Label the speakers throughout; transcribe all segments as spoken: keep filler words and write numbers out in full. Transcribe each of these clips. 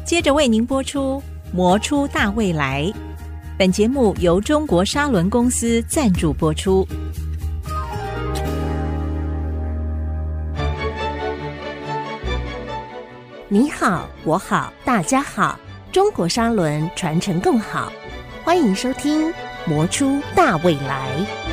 Speaker 1: 接着为您播出魔出大未来。本节目由中国沙伦公司赞助播出。
Speaker 2: 你好，我好，大家好，中国沙伦传承更好。欢迎收听魔出大未来。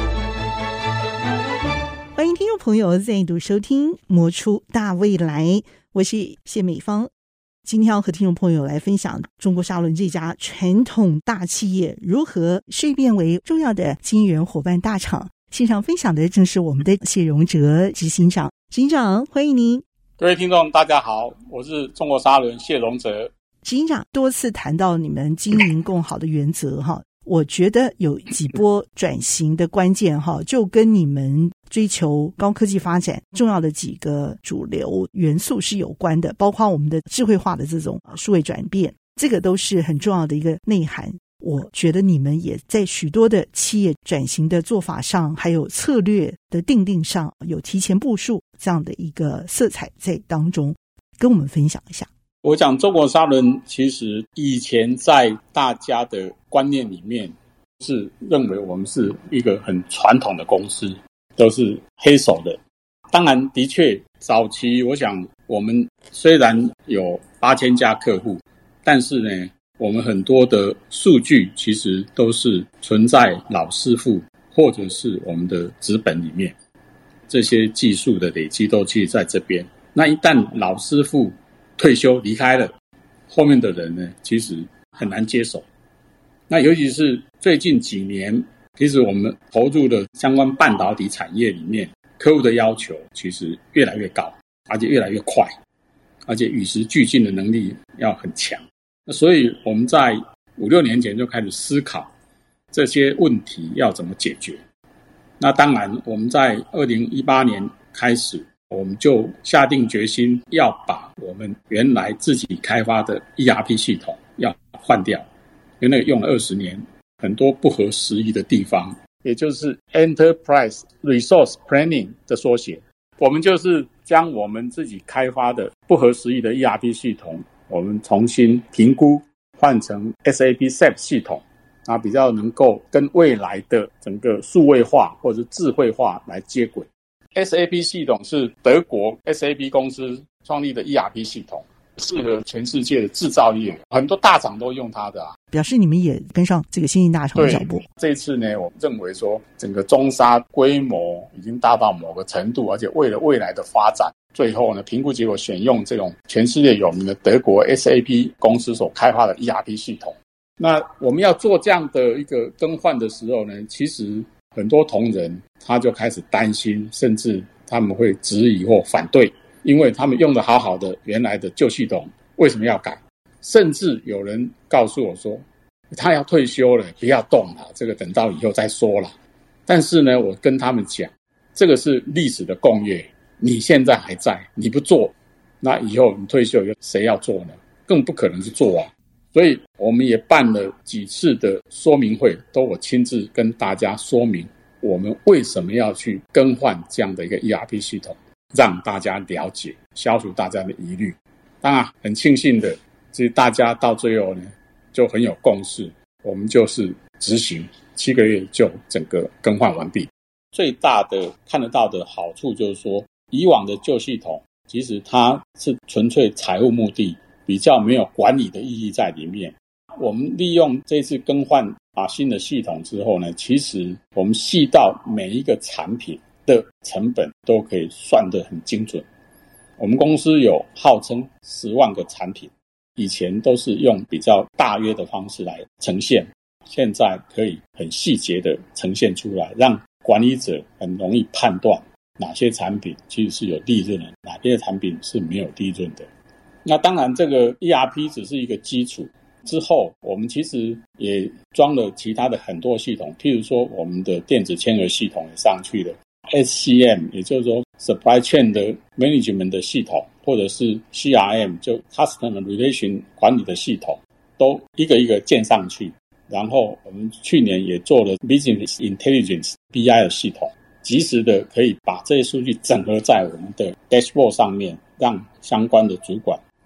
Speaker 3: 欢迎听众朋友再度收听魔出大未来，我是谢美芳。今天要和听众朋友来分享中国沙伦这家传统大企业如何蜕变为重要的经营伙伴大厂。现场分享的正是我们的谢荣哲执行长。执行长，欢迎您。
Speaker 4: 各位听众大家好，我是中国沙伦谢荣哲。
Speaker 3: 执行长多次谈到你们经营共好的原则哈，我觉得有几波转型的关键哈，就跟你们追求高科技发展重要的几个主流元素是有关的，包括我们的智慧化的这种数位转变，这个都是很重要的一个内涵。我觉得你们也在许多的企业转型的做法上，还有策略的定定上，有提前部署这样的一个色彩在当中，跟我们分享一下。
Speaker 4: 我讲中国沙伦其实以前在大家的观念里面是认为我们是一个很传统的公司，都是黑手的。当然的确早期我想我们虽然有八千家客户，但是呢我们很多的数据其实都是存在老师傅或者是我们的纸本里面，这些技术的累积都其实在这边。那一旦老师傅退休离开了，后面的人呢其实很难接手。那尤其是最近几年，其实我们投入的相关半导体产业里面，客户的要求其实越来越高，而且越来越快，而且与时俱进的能力要很强。那所以我们在五六年前就开始思考这些问题要怎么解决。那当然我们在二零一八年开始，我们就下定决心要把我们原来自己开发的 E R P 系统要换掉，因为那个用了二十年，很多不合时宜的地方，也就是 Enterprise Resource Planning 的缩写。我们就是将我们自己开发的不合时宜的 E R P 系统，我们重新评估，换成 S A P S A P 系统，那比较能够跟未来的整个数位化或者是智慧化来接轨。S A P 系统是德国 S A P 公司创立的 E R P 系统，适合全世界的制造业，很多大厂都用它的啊。
Speaker 3: 表示你们也跟上这个先进大厂的脚步。
Speaker 4: 这一次呢，我认为说整个中沙规模已经大到某个程度，而且为了未来的发展，最后呢评估结果选用这种全世界有名的德国 S A P 公司所开发的 E R P 系统。那我们要做这样的一个更换的时候呢，其实很多同仁他就开始担心，甚至他们会质疑或反对，因为他们用的好好的原来的旧系统为什么要改？甚至有人告诉我说他要退休了，不要动了，这个等到以后再说了。但是呢我跟他们讲，这个是历史的共业，你现在还在，你不做，那以后你退休谁要做呢？更不可能是做啊。所以我们也办了几次的说明会，都我亲自跟大家说明我们为什么要去更换这样的一个 E R P 系统，让大家了解，消除大家的疑虑。当然很庆幸的，其实大家到最后呢就很有共识，我们就是执行七个月就整个更换完毕。最大的看得到的好处就是说，以往的旧系统其实它是纯粹财务目的，比较没有管理的意义在里面。我们利用这次更换啊新的系统之后呢，其实我们细到每一个产品的成本都可以算得很精准。我们公司有号称十万个产品，以前都是用比较大约的方式来呈现，现在可以很细节的呈现出来，让管理者很容易判断哪些产品其实是有利润的，哪些产品是没有利润的。那当然这个 E R P 只是一个基础，之后我们其实也装了其他的很多系统，譬如说我们的电子签额系统也上去了， S C M 也就是说 Supply Chain 的 Management 的系统，或者是 C R M 就 Customer Relation 管理的系统，都一个一个建上去。然后我们去年也做了 Business Intelligence B I 的系统，及时的可以把这些数据整合在我们的 Dashboard 上面，让相关的主管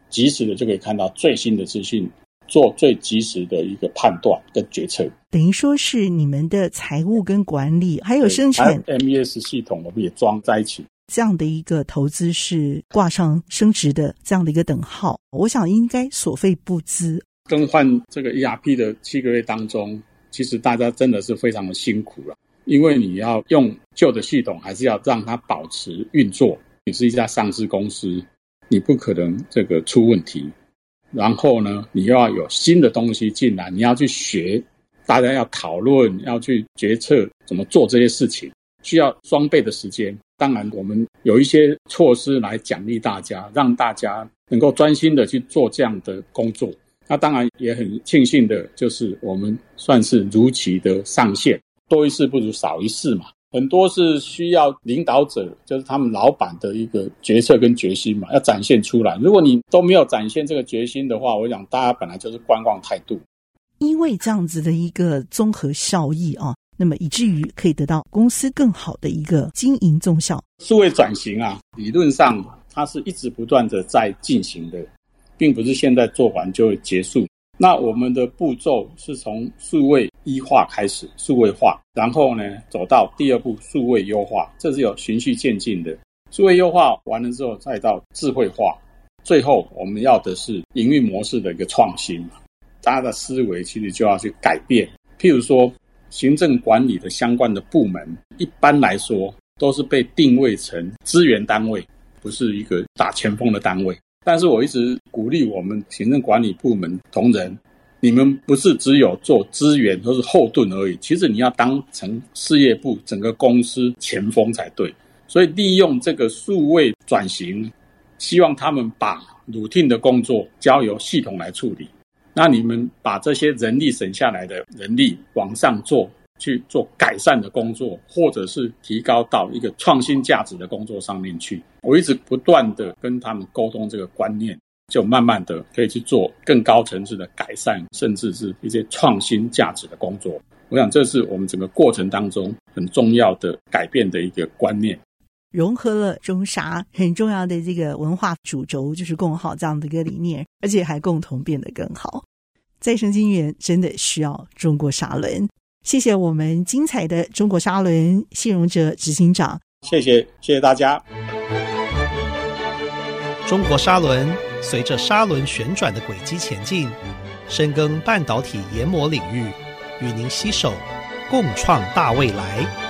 Speaker 4: 及时的就可以看到最新的资讯，做最及时的一个判断跟决策。
Speaker 3: 等于说是你们的财务跟管理还有生产
Speaker 4: M E S 系统我们也装在一起，
Speaker 3: 这样的一个投资是挂上升值的这样的一个等号，我想应该所费不赀。
Speaker 4: 更换这个 E R P 的七个月当中，其实大家真的是非常的辛苦了，因为你要用旧的系统还是要让它保持运作，你是一家上市公司，你不可能这个出问题，然后呢你又要有新的东西进来，你要去学，大家要讨论，要去决策怎么做这些事情，需要双倍的时间。当然我们有一些措施来奖励大家，让大家能够专心的去做这样的工作。那当然也很庆幸的就是我们算是如期的上线，多一事不如少一事嘛，很多是需要领导者，就是他们老板的一个决策跟决心嘛，要展现出来。如果你都没有展现这个决心的话，我想大家本来就是观望态度。
Speaker 3: 因为这样子的一个综合效益啊，那么以至于可以得到公司更好的一个经营综效。
Speaker 4: 数位转型啊，理论上它是一直不断的在进行的，并不是现在做完就会结束。那我们的步骤是从数位一化开始，数位化，然后呢走到第二步数位优化，这是有循序渐进的。数位优化完了之后再到智慧化，最后我们要的是营运模式的一个创新，大家的思维其实就要去改变。譬如说行政管理的相关的部门，一般来说都是被定位成资源单位，不是一个打前锋的单位。但是我一直鼓励我们行政管理部门同仁，你们不是只有做资源或是后盾而已，其实你要当成事业部整个公司前锋才对。所以利用这个数位转型，希望他们把 routine 的工作交由系统来处理，那你们把这些人力省下来的人力往上做，去做改善的工作，或者是提高到一个创新价值的工作上面去。我一直不断的跟他们沟通这个观念，就慢慢的可以去做更高层次的改善，甚至是一些创新价值的工作。我想这是我们整个过程当中很重要的改变的一个观念，
Speaker 3: 融合了中砂很重要的这个文化主轴，就是共好这样的一个理念，而且还共同变得更好。再生晶圆真的需要中国砂轮。谢谢我们精彩的中国砂轮谢荣哲执行长。
Speaker 4: 谢谢谢谢大家。
Speaker 5: 中国砂轮随着砂轮旋转的轨迹前进，深耕半导体研磨领域，与您携手共创大未来。